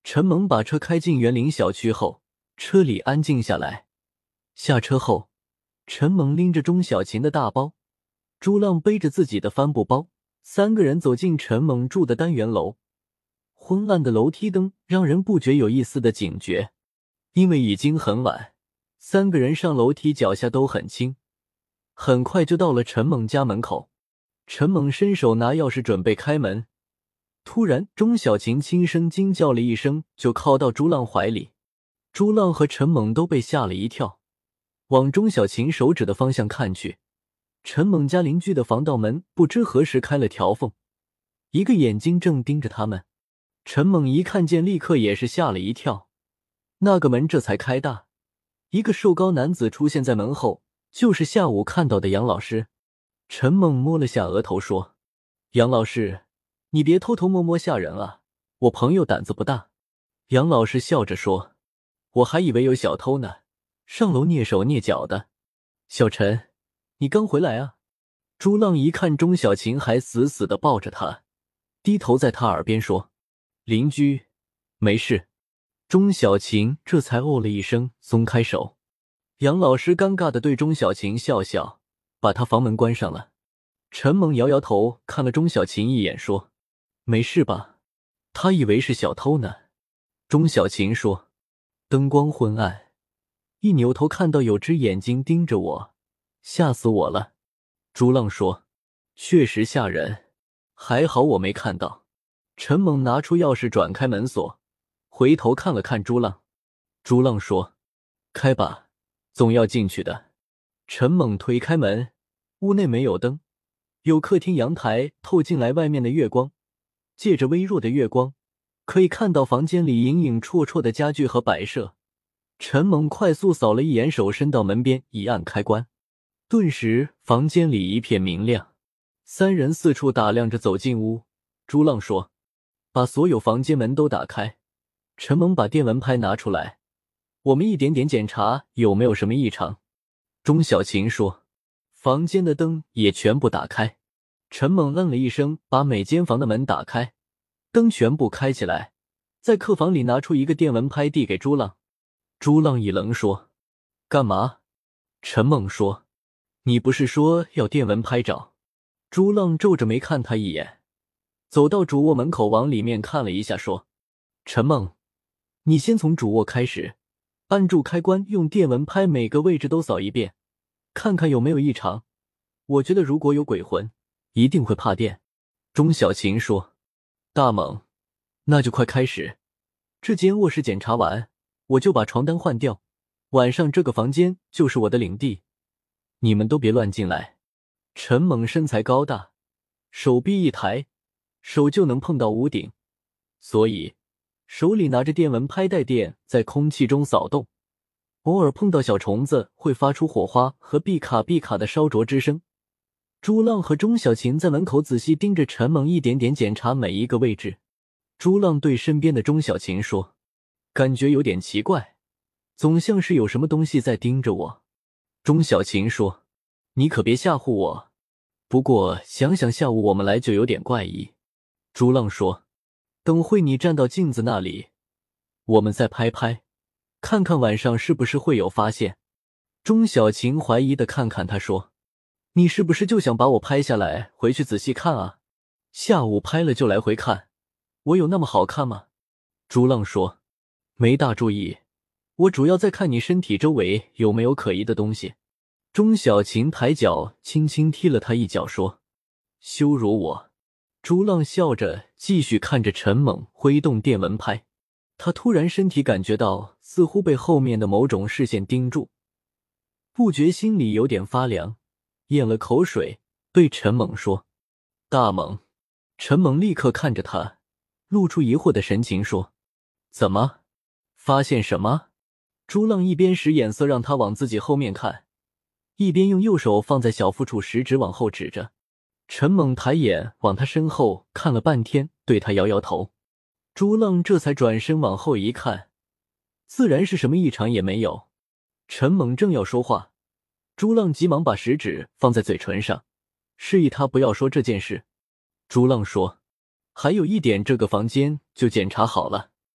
陈猛把车开进园林小区后，车里安静下来。下车后，陈猛拎着钟小琴的大包，朱浪背着自己的帆布包，三个人走进陈猛住的单元楼。昏暗的楼梯灯让人不觉有一丝的警觉，因为已经很晚，三个人上楼梯脚下都很轻，很快就到了陈猛家门口。陈猛伸手拿钥匙准备开门，突然钟小琴轻声惊叫了一声，就靠到朱浪怀里。朱浪和陈猛都被吓了一跳，往钟小琴手指的方向看去，陈猛家邻居的防盗门不知何时开了条缝，一个眼睛正盯着他们。陈猛一看见立刻也是吓了一跳，那个门这才开大，一个瘦高男子出现在门后，就是下午看到的杨老师。陈猛摸了下额头说：杨老师，你别偷偷摸摸吓人啊，我朋友胆子不大。杨老师笑着说：我还以为有小偷呢，上楼蹑手蹑脚的。小陈，你刚回来啊？朱浪一看钟小琴还死死地抱着他，低头在他耳边说：邻居，没事。钟小琴这才哦了一声，松开手。杨老师尴尬地对钟小琴笑笑，把他房门关上了。陈猛摇摇头，看了钟小琴一眼说：没事吧？他以为是小偷呢。钟小琴说：灯光昏暗，一扭头看到有只眼睛盯着我，吓死我了。朱浪说：确实吓人，还好我没看到。陈猛拿出钥匙转开门锁，回头看了看朱浪。朱浪说：开吧，总要进去的。陈猛推开门，屋内没有灯，有客厅阳台透进来外面的月光，借着微弱的月光，可以看到房间里影影绰绰的家具和摆设。陈猛快速扫了一眼手，伸到门边一按开关，顿时房间里一片明亮。三人四处打量着走进屋。朱浪说：把所有房间门都打开。陈猛把电蚊拍拿出来，我们一点点检查有没有什么异常。钟小琴说：房间的灯也全部打开。陈猛嗯了一声，把每间房的门打开，灯全部开起来，在客房里拿出一个电蚊拍递给朱浪。朱浪一愣说：干嘛？陈猛说：你不是说要电蚊拍照？朱浪皱着眉看他一眼，走到主卧门口往里面看了一下说：陈猛，你先从主卧开始，按住开关，用电蚊拍每个位置都扫一遍，看看有没有异常。我觉得如果有鬼魂，一定会怕电。钟小琴说：大猛，那就快开始。这间卧室检查完，我就把床单换掉，晚上这个房间就是我的领地，你们都别乱进来。陈猛身材高大，手臂一抬，手就能碰到屋顶，所以手里拿着电蚊拍带电在空气中扫动，偶尔碰到小虫子会发出火花和哔卡哔卡的烧灼之声。朱浪和钟小琴在门口仔细盯着陈猛一点点检查每一个位置。朱浪对身边的钟小琴说：感觉有点奇怪，总像是有什么东西在盯着我。钟小琴说：你可别吓唬我，不过想想下午我们来就有点怪异。朱浪说：等会你站到镜子那里，我们再拍拍，看看晚上是不是会有发现。钟小琴怀疑地看看他说：你是不是就想把我拍下来回去仔细看啊？下午拍了就来回看，我有那么好看吗？朱浪说：没大注意，我主要在看你身体周围有没有可疑的东西。钟小琴抬脚轻轻踢了他一脚说：羞辱我。朱浪笑着继续看着陈猛挥动电蚊拍，他突然身体感觉到似乎被后面的某种视线盯住，不觉心里有点发凉，咽了口水对陈猛说：大猛。陈猛立刻看着他，露出疑惑的神情说：怎么？发现什么？朱浪一边使眼色让他往自己后面看，一边用右手放在小腹处，食指往后指着。陈猛抬眼往他身后看了半天，对他摇摇头。朱浪这才转身往后一看，自然是什么异常也没有。陈猛正要说话，朱浪急忙把食指放在嘴唇上，示意他不要说这件事。朱浪说：还有一点，这个房间就检查好了。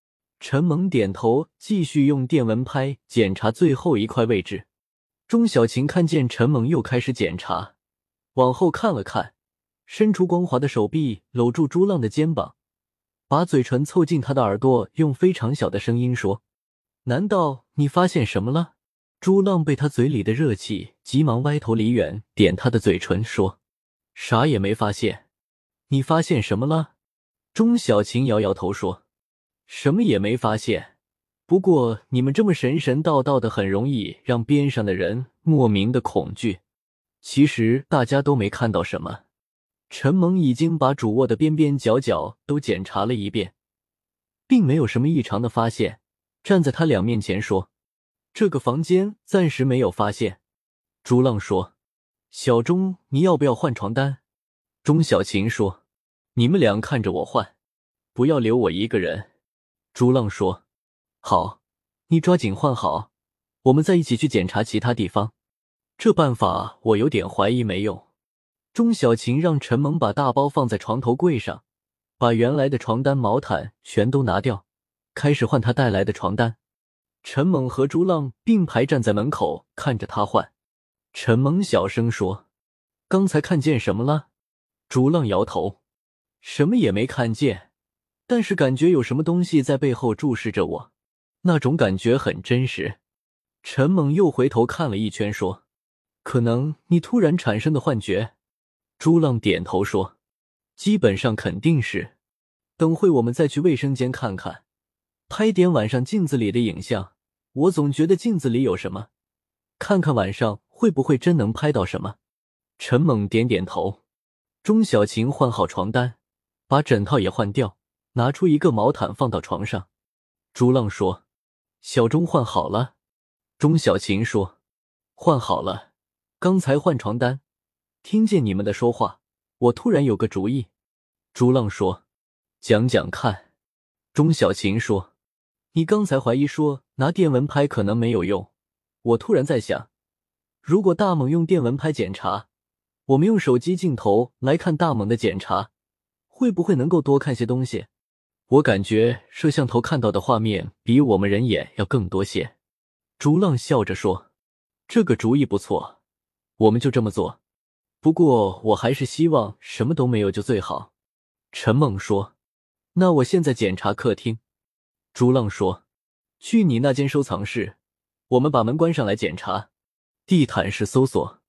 陈猛点头，继续用电蚊拍检查最后一块位置。钟小琴看见陈猛又开始检查，往后看了看，伸出光滑的手臂搂住朱浪的肩膀，把嘴唇凑近他的耳朵，用非常小的声音说：难道你发现什么了？朱浪被他嘴里的热气急忙歪头离远，点他的嘴唇说：啥也没发现。你发现什么了？钟小琴摇摇头说：什么也没发现，不过你们这么神神道道的，很容易让边上的人莫名的恐惧。其实大家都没看到什么。陈猛已经把主卧的边边角角都检查了一遍，并没有什么异常的发现，站在他俩面前说：这个房间暂时没有发现。朱浪说：小钟，你要不要换床单？钟小琴说：你们俩看着我换，不要留我一个人。朱浪说：好，你抓紧换好，我们再一起去检查其他地方。这办法我有点怀疑没用。钟小琴让陈猛把大包放在床头柜上，把原来的床单毛毯全都拿掉，开始换他带来的床单。陈猛和朱浪并排站在门口看着他换。陈猛小声说：刚才看见什么了？朱浪摇头：什么也没看见，但是感觉有什么东西在背后注视着我，那种感觉很真实。陈猛又回头看了一圈说：可能你突然产生的幻觉。朱浪点头说：基本上肯定是，等会我们再去卫生间看看，拍点晚上镜子里的影像，我总觉得镜子里有什么，看看晚上会不会真能拍到什么。陈猛点点头。钟小琴换好床单，把枕套也换掉，拿出一个毛毯放到床上。朱浪说：小钟换好了。钟小琴说：换好了，刚才换床单，听见你们的说话，我突然有个主意。朱浪说：讲讲看。钟小琴说：你刚才怀疑说拿电蚊拍可能没有用，我突然在想，如果大猛用电蚊拍检查，我们用手机镜头来看大猛的检查，会不会能够多看些东西？我感觉摄像头看到的画面比我们人眼要更多些。朱浪笑着说：这个主意不错，我们就这么做。不过我还是希望什么都没有就最好。陈猛说：那我现在检查客厅。朱浪说：去你那间收藏室，我们把门关上来检查，地毯式搜索。